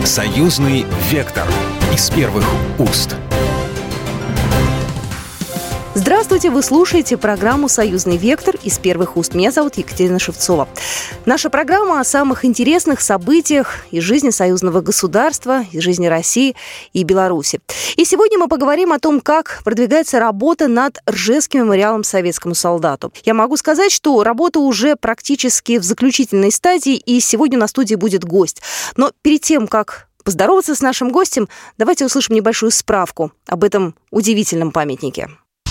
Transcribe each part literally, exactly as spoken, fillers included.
Союзный вектор из первых уст. Здравствуйте, вы слушаете программу «Союзный вектор» из первых уст. Меня зовут Екатерина Шевцова. Наша программа о самых интересных событиях из жизни союзного государства, из жизни России и Беларуси. И сегодня мы поговорим о том, как продвигается работа над Ржевским мемориалом советскому солдату. Я могу сказать, что работа уже практически в заключительной стадии, и сегодня на студии будет гость. Но перед тем, как поздороваться с нашим гостем, давайте услышим небольшую справку об этом удивительном памятнике.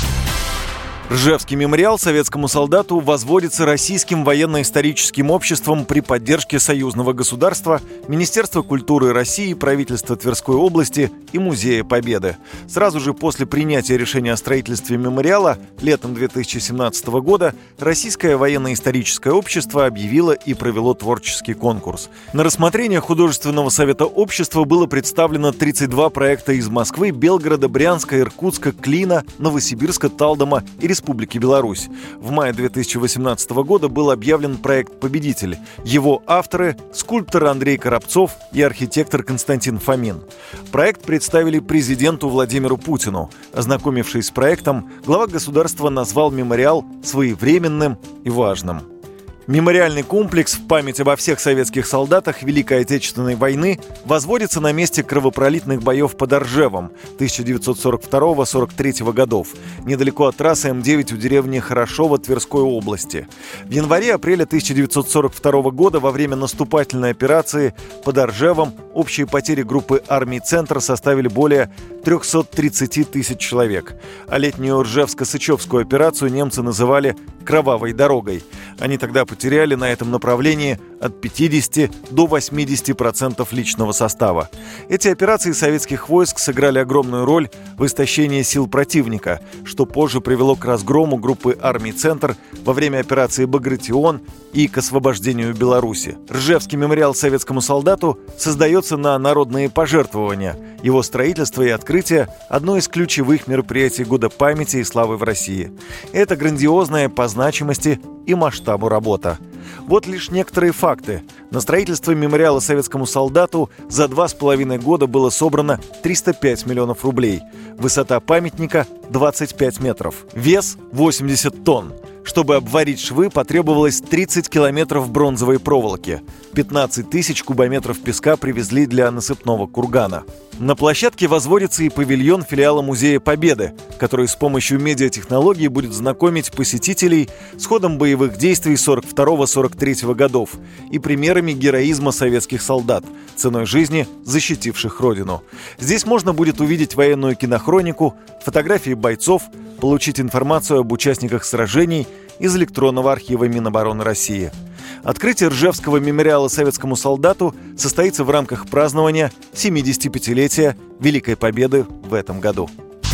Ржевский мемориал советскому солдату возводится Российским военно-историческим обществом при поддержке союзного государства, Министерства культуры России, правительства Тверской области и Музея Победы. Сразу же после принятия решения о строительстве мемориала летом две тысячи семнадцатого года Российское военно-историческое общество объявило и провело творческий конкурс. На рассмотрение художественного совета общества было представлено тридцать два проекта из Москвы, Белгорода, Брянска, Иркутска, Клина, Новосибирска, Талдома и Республики Республики Беларусь. В мае две тысячи восемнадцатого года был объявлен проект «Победитель». Его авторы – скульптор Андрей Коробцов и архитектор Константин Фомин. Проект представили президенту Владимиру Путину. Ознакомившись с проектом, глава государства назвал мемориал своевременным и важным. Мемориальный комплекс в память обо всех советских солдатах Великой Отечественной войны возводится на месте кровопролитных боев под Ржевом тысяча девятьсот сорок второго — сорок третьего годов, недалеко от трассы эм девять у деревни Хорошово Тверской области. В январе-апреле тысяча девятьсот сорок второго года во время наступательной операции под Ржевом общие потери группы армий «Центр» составили более триста тридцать тысяч человек, а летнюю Ржевско-Сычевскую операцию немцы называли «кровавой дорогой». Они тогда потеряли на этом направлении от пятидесяти до восьмидесяти процентов личного состава. Эти операции советских войск сыграли огромную роль в истощении сил противника, что позже привело к разгрому группы армий «Центр» во время операции «Багратион» и к освобождению Беларуси. Ржевский мемориал советскому солдату создается на народные пожертвования. Его строительство и открытие – одно из ключевых мероприятий Года памяти и славы в России. Это грандиозная по значимости и масштабу работа. Вот лишь некоторые факты. На строительство мемориала советскому солдату за два с половиной года было собрано триста пять миллионов рублей. Высота памятника – двадцать пять метров. Вес – восемьдесят тонн. Чтобы обварить швы, потребовалось тридцать километров бронзовой проволоки. пятнадцать тысяч кубометров песка привезли для насыпного кургана. На площадке возводится и павильон филиала Музея Победы, который с помощью медиатехнологий будет знакомить посетителей с ходом боевых действий сорок второго — сорок третьего годов и примерами героизма советских солдат, ценой жизни защитивших Родину. Здесь можно будет увидеть военную кинохронику, фотографии бойцов, получить информацию об участниках сражений из электронного архива Минобороны России. Открытие Ржевского мемориала советскому солдату состоится в рамках празднования семидесятипятилетия Великой Победы в этом году.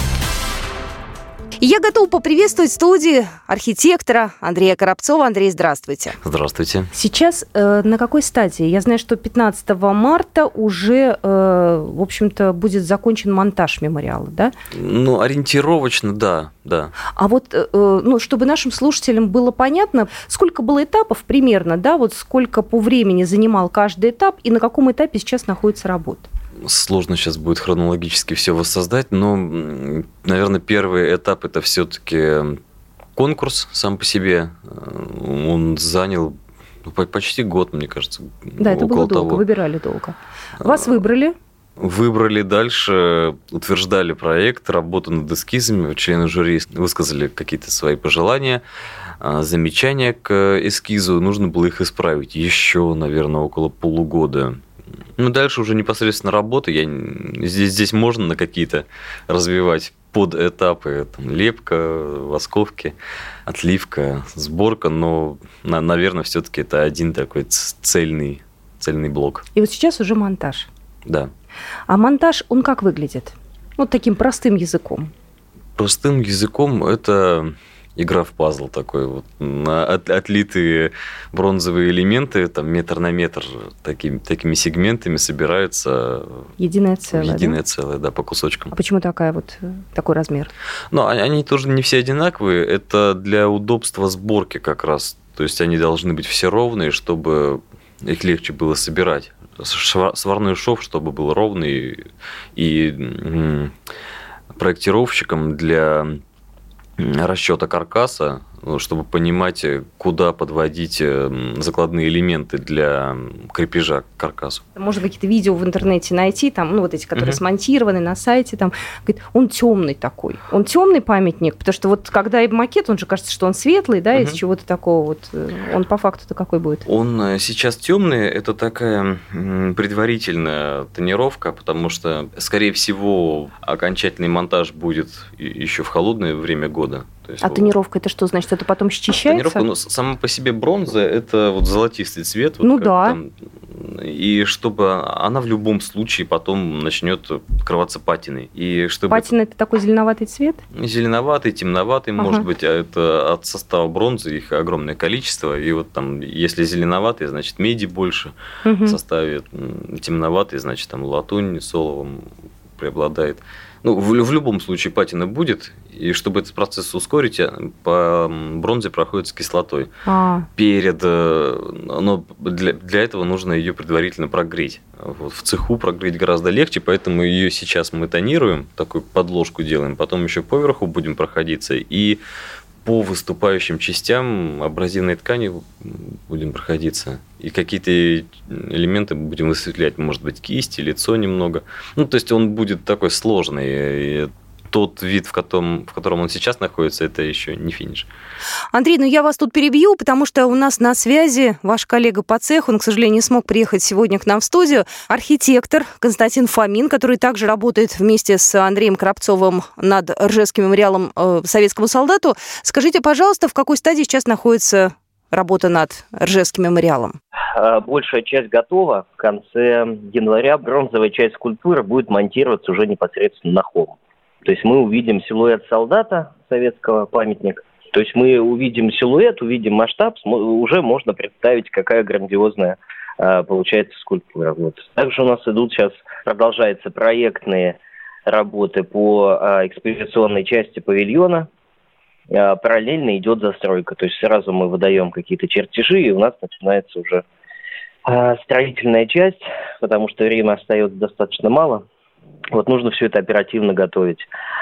Я готова поприветствовать в студии архитектора Андрея Коробцова. Андрей, здравствуйте. Здравствуйте. Сейчас э, на какой стадии? Я знаю, что пятнадцатого марта уже, э, в общем-то, будет закончен монтаж мемориала, да? Ну, ориентировочно, да, да. А вот, э, ну, чтобы нашим слушателям было понятно, сколько было этапов примерно, да, вот сколько по времени занимал каждый этап и на каком этапе сейчас находится работа? Сложно сейчас будет хронологически все воссоздать, но, наверное, первый этап – это все-таки конкурс сам по себе. Он занял почти год, мне кажется. Да, это было долго, того. Выбирали долго. Вас выбрали? Выбрали дальше, утверждали проект, работу над эскизами. Члены жюри высказали какие-то свои пожелания, замечания к эскизу. Нужно было их исправить еще, наверное, около полугода. Ну, дальше уже непосредственно работа. Я... Здесь, здесь можно на какие-то развивать подэтапы. Там, лепка, восковки, отливка, сборка. Но, наверное, все-таки это один такой цельный, цельный блок. И вот сейчас уже монтаж. Да. А монтаж, он как выглядит? Вот таким простым языком. Простым языком это... игра в пазл такой вот. От, отлитые бронзовые элементы, там метр на метр, такими, такими сегментами собираются. Единое целое, Единое да? целое, да, по кусочкам. А почему такая вот, такой размер? Ну, они, они тоже не все одинаковые. Это для удобства сборки как раз. То есть они должны быть все ровные, чтобы их легче было собирать. Сварной шов, чтобы был ровный, и проектировщикам для расчета каркаса, чтобы понимать, куда подводить закладные элементы для крепежа к каркасу. Можно какие-то видео в интернете найти, там, ну, вот эти, которые uh-huh. смонтированы на сайте, там, говорит, он темный такой. Он темный памятник, потому что вот когда и макет, он же кажется, что он светлый, да, uh-huh. из чего-то такого вот. Он по факту-то какой будет? Он сейчас темный, это такая предварительная тонировка, потому что, скорее всего, окончательный монтаж будет еще в холодное время года. То есть, а вот, тонировка это что значит? Это потом счищается? Тонировка, ну, сама по себе бронза, это вот золотистый цвет. Вот ну да. Там, и чтобы она в любом случае потом начнет покрываться патиной. И чтобы патина это такой зеленоватый цвет? Зеленоватый, темноватый, ага. может быть, а это от состава бронзы, их огромное количество. И вот там, если зеленоватый, значит меди больше угу. в составе, темноватый, значит там латунь с оловом преобладает. Ну, в, в любом случае патина будет, и чтобы этот процесс ускорить, по бронзе проходит с кислотой. А. Перед, но для, для этого нужно ее предварительно прогреть. Вот, в цеху прогреть гораздо легче, поэтому ее сейчас мы тонируем, такую подложку делаем, потом еще поверху будем проходиться, и по выступающим частям абразивной ткани будем проходиться. И какие-то элементы будем высветлять, может быть, кисти, лицо немного. Ну, то есть он будет такой сложный. И тот вид, в котором, в котором он сейчас находится, это еще не финиш. Андрей, ну я вас тут перебью, потому что у нас на связи ваш коллега по цеху, он, к сожалению, не смог приехать сегодня к нам в студию, архитектор Константин Фомин, который также работает вместе с Андреем Коробцовым над Ржевским мемориалом э, советскому солдату. Скажите, пожалуйста, в какой стадии сейчас находится работа над Ржевским мемориалом? Большая часть готова. В конце января бронзовая часть скульптуры будет монтироваться уже непосредственно на холм. То есть мы увидим силуэт солдата советского, памятника. То есть мы увидим силуэт, увидим масштаб, уже можно представить, какая грандиозная э, получается скульптура. Вот. Также у нас идут сейчас, продолжаются проектные работы по э, экспозиционной части павильона. Э, параллельно идет застройка. То есть сразу мы выдаем какие-то чертежи, и у нас начинается уже э, строительная часть, потому что времени остается достаточно мало. Вот нужно все это оперативно готовить.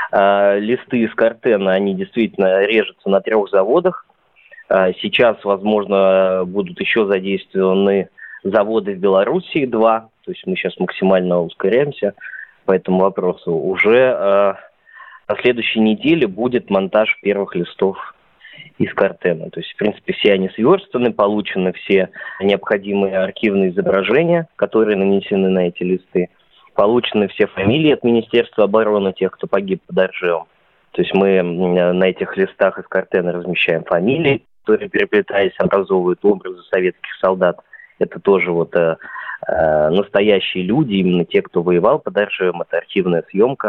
А, листы из картена, они действительно режутся на трех заводах. А, сейчас, возможно, будут еще задействованы заводы в Белоруссии, два. То есть мы сейчас максимально ускоряемся по этому вопросу. Уже а, на следующей неделе будет монтаж первых листов из картена. То есть, в принципе, все они сверстаны, получены все необходимые архивные изображения, которые нанесены на эти листы. Получены все фамилии от Министерства обороны, тех, кто погиб под Ржевом. То есть мы на этих листах из картена размещаем фамилии, которые, переплетаясь, образовывают образы советских солдат. Это тоже вот э, э, настоящие люди, именно те, кто воевал под Ржевом. Это архивная съемка.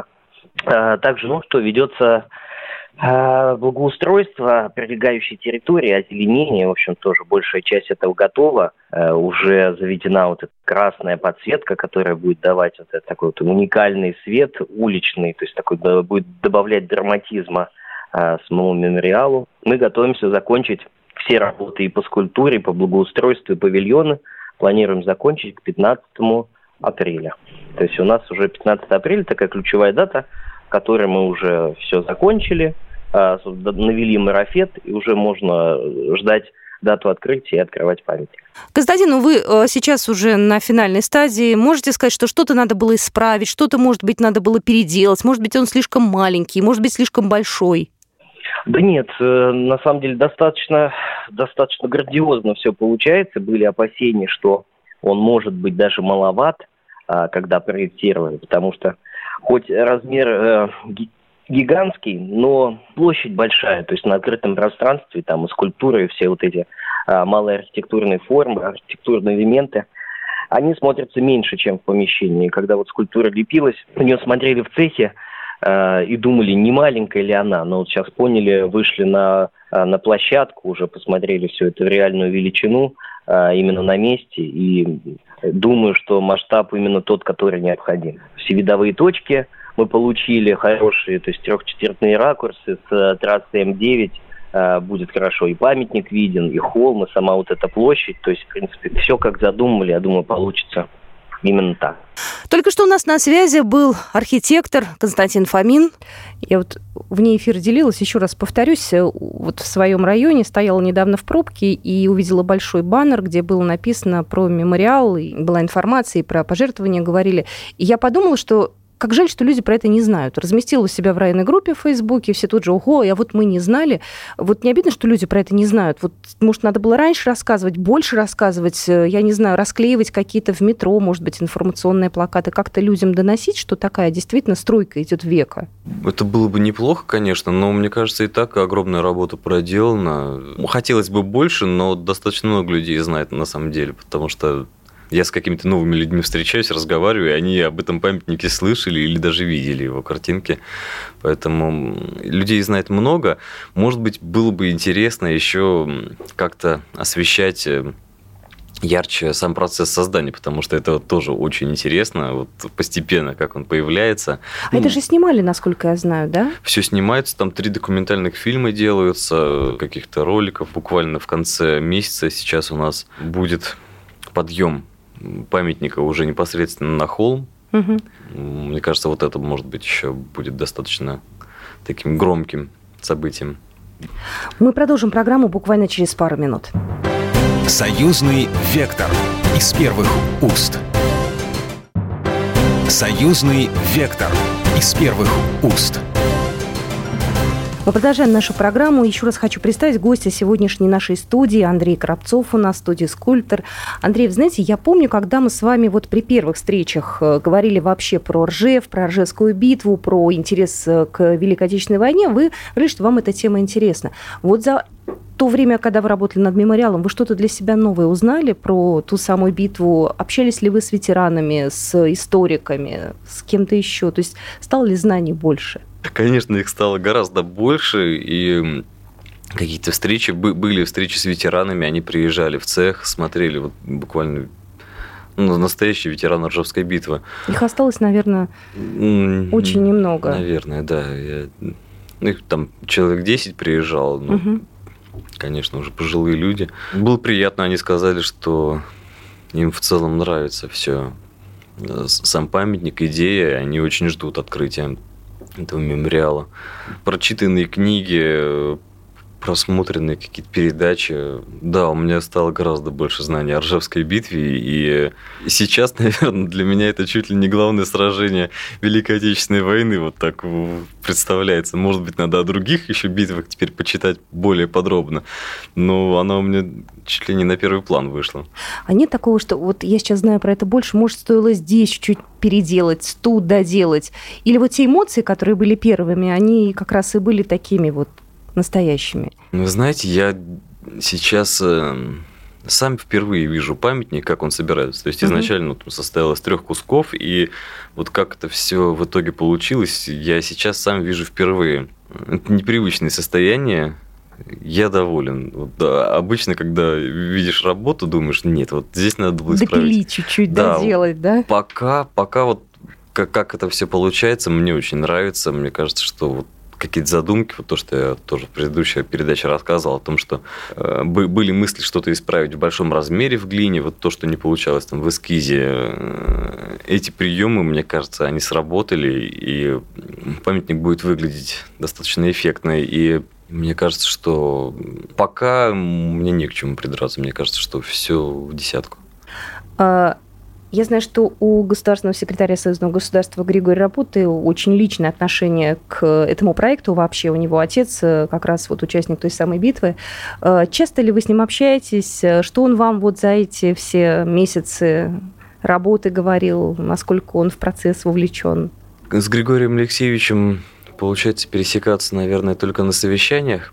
Э, также, ну что, ведется э, благоустройство прилегающей территории, озеленение. В общем, тоже большая часть этого готова. Э, уже заведена вот эта красная подсветка, которая будет давать вот этот такой вот уникальный свет уличный, то есть такой будет добавлять драматизма э, самому мемориалу. Мы готовимся закончить все работы и по скульптуре, и по благоустройству, и павильоны. Планируем закончить к пятнадцатому апреля. То есть у нас уже пятнадцатого апреля такая ключевая дата, в которой мы уже все закончили, э, навели марафет, и уже можно ждать дату открытия и открывать памятник. Константин, ну вы сейчас уже на финальной стадии. Можете сказать, что что-то надо было исправить, что-то, может быть, надо было переделать, может быть, он слишком маленький, может быть, слишком большой? Да нет, на самом деле достаточно, достаточно грандиозно все получается. Были опасения, что он может быть даже маловат, когда проектировали, потому что хоть размер гигантский, но площадь большая, то есть на открытом пространстве, там и скульптуры, и все вот эти а, малые архитектурные формы, архитектурные элементы, они смотрятся меньше, чем в помещении. Когда вот скульптура лепилась, на нее смотрели в цехе а, и думали, не маленькая ли она, но вот сейчас поняли, вышли на, а, на площадку, уже посмотрели все это в реальную величину, а, именно на месте, и думаю, что масштаб именно тот, который необходим. Все видовые точки мы получили хорошие, то есть трехчетвертные ракурсы с трассы М девять, э, будет хорошо. И памятник виден, и холм, и сама вот эта площадь. То есть, в принципе, все как задумали, я думаю, получится именно так. Только что у нас на связи был архитектор Константин Фомин. Я вот вне эфира делилась, еще раз повторюсь, вот в своем районе стояла недавно в пробке и увидела большой баннер, где было написано про мемориал, и была информация, и про пожертвования говорили. И я подумала, что как жаль, что люди про это не знают. Разместила у себя в районной группе в Фейсбуке, все тут же, ого, а вот мы не знали. Вот не обидно, что люди про это не знают. Вот, может, надо было раньше рассказывать, больше рассказывать, я не знаю, расклеивать какие-то в метро, может быть, информационные плакаты, как-то людям доносить, что такая действительно стройка идет века. Это было бы неплохо, конечно, но мне кажется, и так огромная работа проделана. Хотелось бы больше, но достаточно много людей знает на самом деле, потому что я с какими-то новыми людьми встречаюсь, разговариваю, и они об этом памятнике слышали или даже видели его картинки. Поэтому людей знает много. Может быть, было бы интересно еще как-то освещать ярче сам процесс создания, потому что это тоже очень интересно, вот постепенно, как он появляется. А ну, это же снимали, насколько я знаю, да? Все снимается, там три документальных фильма делаются, каких-то роликов. Буквально в конце месяца сейчас у нас будет подъем памятника уже непосредственно на холм. Угу. Мне кажется, вот это, может быть, еще будет достаточно таким громким событием. Мы продолжим программу буквально через пару минут. Союзный вектор из первых уст. Союзный вектор из первых уст. Мы продолжаем нашу программу. Еще раз хочу представить гостя сегодняшней нашей студии. Андрей Коробцов у нас, студия «Скульптор». Андрей, вы знаете, я помню, когда мы с вами вот при первых встречах говорили вообще про Ржев, про Ржевскую битву, про интерес к Великой Отечественной войне, вы говорили, что вам эта тема интересна. Вот за то время, когда вы работали над мемориалом, вы что-то для себя новое узнали про ту самую битву? Общались ли вы с ветеранами, с историками, с кем-то еще? То есть стало ли знаний больше? Конечно, их стало гораздо больше, и какие-то встречи, были встречи с ветеранами, они приезжали в цех, смотрели вот буквально ну, настоящие ветераны Ржевской битвы. Их осталось, наверное, mm, очень немного. Наверное, да. Я, ну, там человек десять приезжал, ну, угу. Конечно, уже пожилые люди. Было приятно, они сказали, что им в целом нравится все. Сам памятник, идея, они очень ждут открытия этого мемориала. Прочитанные книги, просмотренные какие-то передачи. Да, у меня стало гораздо больше знаний о Ржевской битве, и сейчас, наверное, для меня это чуть ли не главное сражение Великой Отечественной войны, вот так представляется. Может быть, надо о других еще битвах теперь почитать более подробно, но она у меня чуть ли не на первый план вышла. А нет такого, что вот я сейчас знаю про это больше, может, стоило здесь чуть переделать, тут доделать? Или вот те эмоции, которые были первыми, они как раз и были такими вот настоящими? Вы знаете, я сейчас э, сам впервые вижу памятник, как он собирается. То есть изначально он состоял из трех кусков, и вот как это все в итоге получилось, я сейчас сам вижу впервые. Это непривычное состояние. Я доволен. Вот, да, обычно, когда видишь работу, думаешь, нет, вот здесь надо было исправить. Допилить чуть-чуть, да, доделать, да? Пока, пока вот как, как это все получается, мне очень нравится. Мне кажется, что вот какие-то задумки, вот то, что я тоже в предыдущей передаче рассказывал о том, что э, были мысли что-то исправить в большом размере в глине, вот то, что не получалось там в эскизе. Э, эти приемы, мне кажется, они сработали, и памятник будет выглядеть достаточно эффектно. И мне кажется, что пока мне не к чему придраться. Мне кажется, что все в десятку. Я знаю, что у государственного секретаря Союзного государства Григория Рапоты очень личное отношение к этому проекту вообще. У него отец как раз вот участник той самой битвы. Часто ли вы с ним общаетесь? Что он вам вот за эти все месяцы работы говорил? Насколько он в процесс вовлечен? С Григорием Алексеевичем получается пересекаться, наверное, только на совещаниях.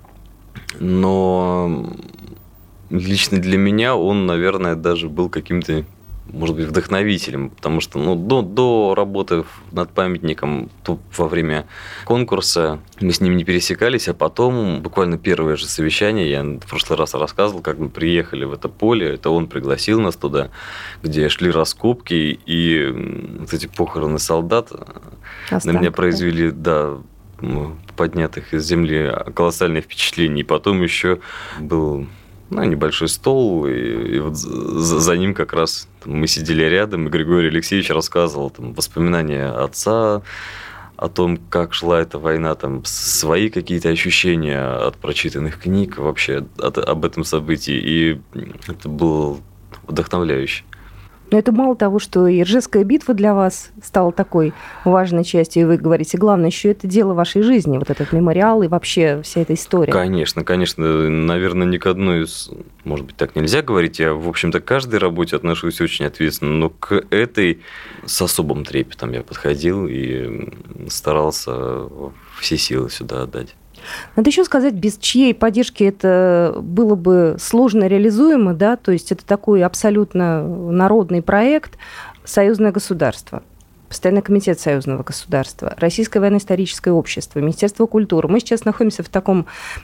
Но лично для меня он, наверное, даже был каким-то, может быть, вдохновителем, потому что ну, до, до работы над памятником, то во время конкурса мы с ним не пересекались, а потом буквально первое же совещание, я в прошлый раз рассказывал, как мы приехали в это поле, это он пригласил нас туда, где шли раскопки, и вот эти похороны солдат Останки, на меня произвели, да, поднятых из земли колоссальное впечатление. И потом еще был ну, небольшой стол, и, и вот за, за ним как раз там, мы сидели рядом, и Григорий Алексеевич рассказывал там, воспоминания отца о том, как шла эта война, там, свои какие-то ощущения от прочитанных книг, вообще от, об этом событии. И это было вдохновляюще. Но это мало того, что и Ржевская битва для вас стала такой важной частью, и вы говорите, главное, еще это дело вашей жизни, вот этот мемориал и вообще вся эта история. Конечно, конечно. Наверное, ни к одной из... Может быть, так нельзя говорить. Я, в общем-то, к каждой работе отношусь очень ответственно, но к этой с особым трепетом я подходил и старался все силы сюда отдать. Надо еще сказать, без чьей поддержки это было бы сложно реализуемо, да, то есть это такой абсолютно народный проект, союзное государство. Постоянный комитет союзного государства, Российское военно-историческое общество, Министерство культуры. Мы сейчас находимся в таком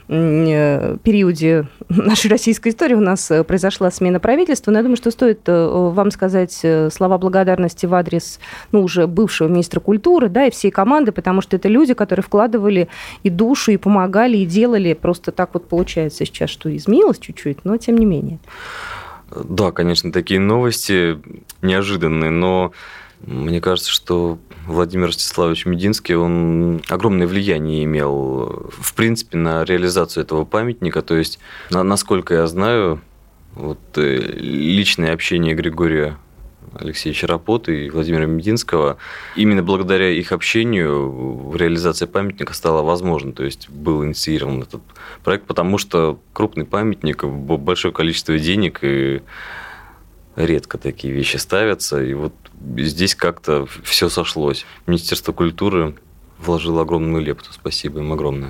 периоде нашей российской истории. У нас произошла смена правительства, но я думаю, что стоит вам сказать слова благодарности в адрес ну, уже бывшего министра культуры, да, и всей команды, потому что это люди, которые вкладывали и душу, и помогали, и делали. Просто так вот получается сейчас, что изменилось чуть-чуть, но тем не менее. Да, конечно, такие новости неожиданные, но мне кажется, что Владимир Ростиславович Мединский, он огромное влияние имел, в принципе, на реализацию этого памятника. То есть, насколько я знаю, вот, личное общение Григория Алексеевича Рапоты и Владимира Мединского, именно благодаря их общению реализация памятника стала возможной. То есть, был инициирован этот проект, потому что крупный памятник, большое количество денег и редко такие вещи ставятся, и вот здесь как-то все сошлось. Министерство культуры вложило огромную лепту, спасибо им огромное.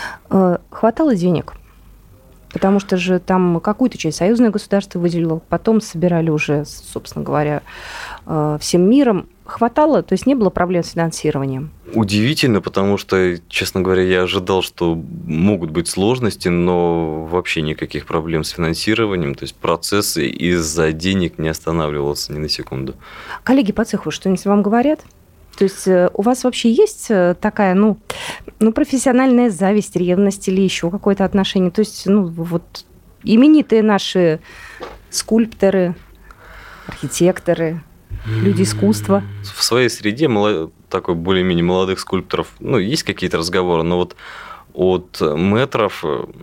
Хватало денег? Потому что же там какую-то часть союзное государство выделило, потом собирали уже, собственно говоря, всем миром. Хватало? То есть не было проблем с финансированием? Удивительно, потому что, честно говоря, я ожидал, что могут быть сложности, но вообще никаких проблем с финансированием. То есть процесс из-за денег не останавливался ни на секунду. Коллеги по цеху что-нибудь вам говорят? То есть у вас вообще есть такая, ну, ну, профессиональная зависть, ревность или еще какое-то отношение? То есть, ну, вот именитые наши скульпторы, архитекторы, люди искусства. В своей среде такой более-менее молодых скульпторов, ну, есть какие-то разговоры, но вот от мэтров,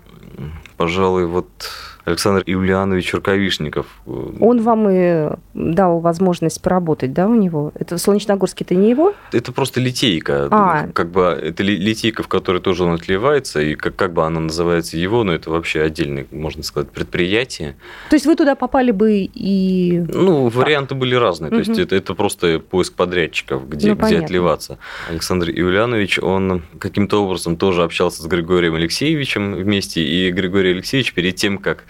пожалуй, вот Александр Юлианович Рукавишников. Он вам и дал возможность поработать, да, у него? Это в Солнечногорске, это не его? Это просто литейка. А. Как бы это литейка, в которой тоже он отливается, и как, как бы она называется его, но это вообще отдельное, можно сказать, предприятие. То есть вы туда попали бы и... Ну, варианты а. были разные. То угу. есть это, это просто поиск подрядчиков, где, ну, где отливаться. Александр Юлианович, он каким-то образом тоже общался с Григорием Алексеевичем вместе, и Григорий Алексеевич перед тем, как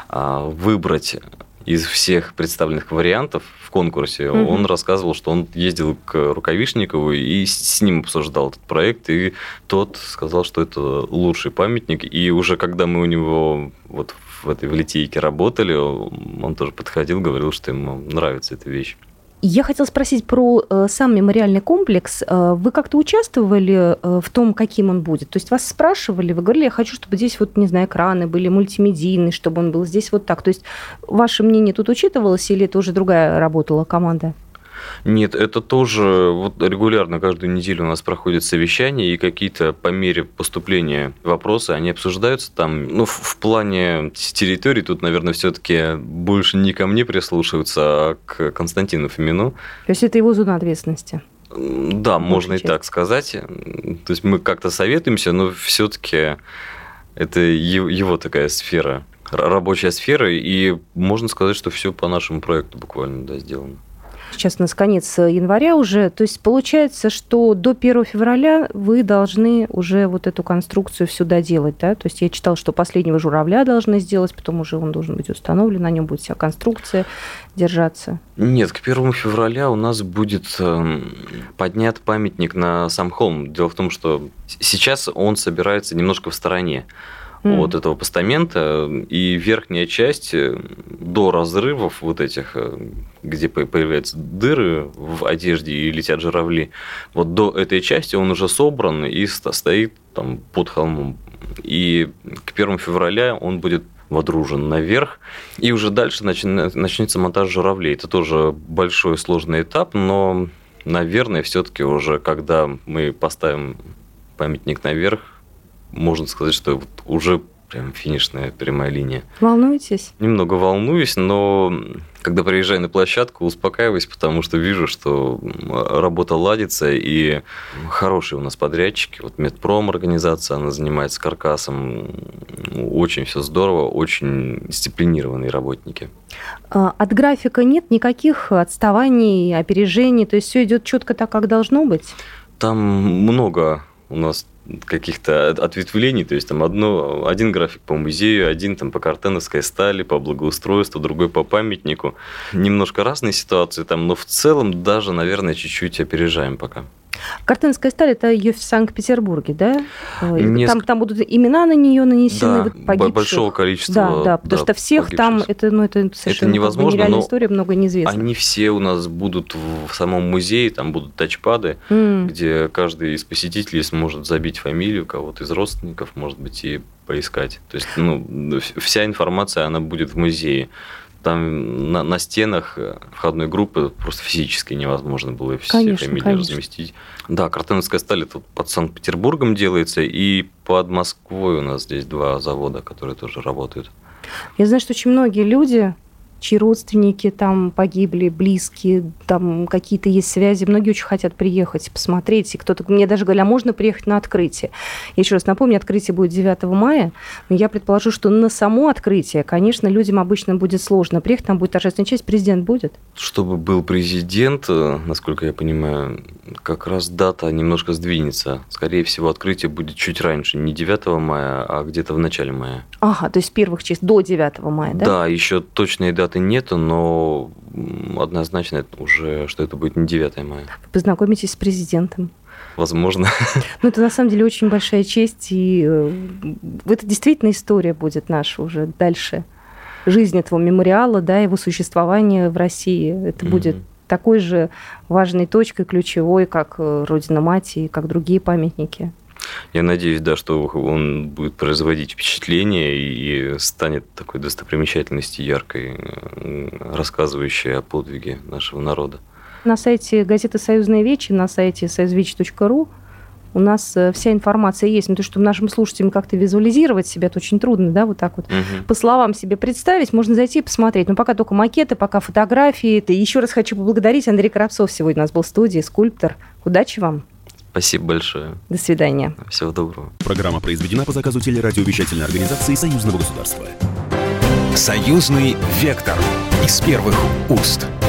выбрать из всех представленных вариантов в конкурсе, mm-hmm. он рассказывал, что он ездил к Рукавишникову и с ним обсуждал этот проект, и тот сказал, что это лучший памятник, и уже когда мы у него вот в этой в литейке работали, он тоже подходил, говорил, что ему нравится эта вещь. Я хотела спросить про э, сам мемориальный комплекс. Э, вы как-то участвовали э, в том, каким он будет? То есть вас спрашивали, вы говорили, я хочу, чтобы здесь, вот, не знаю, экраны были мультимедийные, чтобы он был здесь вот так. То есть ваше мнение тут учитывалось или это уже другая работала команда? Нет, это тоже вот регулярно, каждую неделю у нас проходят совещания, и какие-то по мере поступления вопросы, они обсуждаются там. Ну, в, в плане территории тут, наверное, все-таки больше не ко мне прислушиваются, а к Константину Фомину. То есть это его зона ответственности? Да, можно часть. И так сказать. То есть мы как-то советуемся, но все-таки это его такая сфера, рабочая сфера, и можно сказать, что все по нашему проекту буквально, да, сделано. Сейчас у нас конец января уже. То есть получается, что до первого февраля вы должны уже вот эту конструкцию всю доделать, да? То есть я читала, что последнего журавля должны сделать, потом уже он должен быть установлен, на нем будет вся конструкция держаться. Нет, к первому февраля у нас будет поднят памятник на сам холм. Дело в том, что сейчас он собирается немножко в стороне mm. от этого постамента, и верхняя часть до разрывов вот этих, где появляются дыры в одежде и летят журавли, вот до этой части он уже собран и стоит там под холмом. И к первому февраля он будет водружен наверх, и уже дальше начнется монтаж журавлей. Это тоже большой сложный этап, но, наверное, все-таки уже когда мы поставим памятник наверх, можно сказать, что вот уже прям финишная прямая линия. Волнуетесь? Немного волнуюсь, но когда приезжаю на площадку, успокаиваюсь, потому что вижу, что работа ладится, и хорошие у нас подрядчики. Вот Медпром организация, она занимается каркасом. Очень все здорово, очень дисциплинированные работники. От графика нет никаких отставаний, опережений, то есть все идет четко так, как должно быть? Там много у нас каких-то ответвлений, то есть там одно, один график по музею, один там по картеновской стали, по благоустройству, другой по памятнику. Немножко разные ситуации там, но в целом даже, наверное, чуть-чуть опережаем пока. Картеновская сталь – это ее в Санкт-Петербурге, да? Неск... Там, там будут имена на нее нанесены, да, погибших. Большого количества. Да, да, потому да, что всех погибших. Там, это, ну, это совершенно это невозможно, нереальная но история, много неизвестно. Они все у нас будут в самом музее, там будут тачпады, mm. где каждый из посетителей сможет забить фамилию кого-то из родственников, может быть, и поискать. То есть, ну, вся информация, она будет в музее. Там на, на стенах входной группы просто физически невозможно было все конечно, фамилии конечно. разместить. Да, картеновская сталь это под Санкт-Петербургом делается, и под Москвой у нас здесь два завода, которые тоже работают. Я знаю, что очень многие люди, чьи родственники там погибли, близкие, там какие-то есть связи, многие очень хотят приехать, посмотреть. И кто-то мне даже говорит, а можно приехать на открытие? Я еще раз напомню, открытие будет девятого мая, но я предположу, что на само открытие, конечно, людям обычно будет сложно приехать, там будет торжественная часть, президент будет? Чтобы был президент, насколько я понимаю, как раз дата немножко сдвинется. Скорее всего, открытие будет чуть раньше, не девятого мая, а где-то в начале мая. Ага, то есть первых чисел до девятого мая, да? Да, еще точные даты нету, но однозначно это уже, что это будет не девятого мая. Вы познакомитесь с президентом. Возможно. Ну, это на самом деле очень большая честь, и это действительно история будет наша уже дальше. Жизнь этого мемориала, да, его существование в России, это mm-hmm. будет такой же важной точкой, ключевой, как Родина-Мать и как другие памятники. Я надеюсь, да, что он будет производить впечатление и станет такой достопримечательностью яркой, рассказывающей о подвиге нашего народа. На сайте газеты «Союзная Вечи», на сайте союзвечи точка ру у нас вся информация есть. Ну, то, что нашим слушателям как-то визуализировать себя, это очень трудно, да, вот так вот угу. по словам себе представить, можно зайти и посмотреть. Но пока только макеты, пока фотографии. И еще раз хочу поблагодарить. Андрей Коробцов сегодня у нас был в студии, скульптор. Удачи вам. Спасибо большое. До свидания. Всего доброго. Программа произведена по заказу телерадиовещательной организации Союзного государства. Союзный вектор из первых уст.